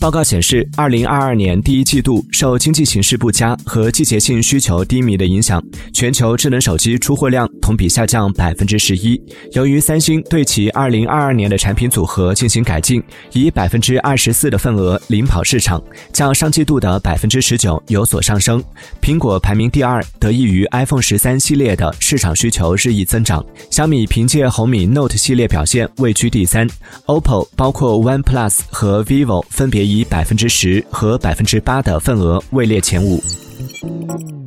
报告显示，2022年第一季度受经济形势不佳和季节性需求低迷的影响，全球智能手机出货量同比下降11%。由于三星对其2022年的产品组合进行改进，以24%的份额领跑市场，较上季度的19%有所上升。苹果排名第二，得益于 iPhone 13系列的市场需求日益增长。小米凭借红米 Note 系列表现位居第三。OPPO 包括 OnePlus 和 vivo 分别以10%和8%的份额位列前5。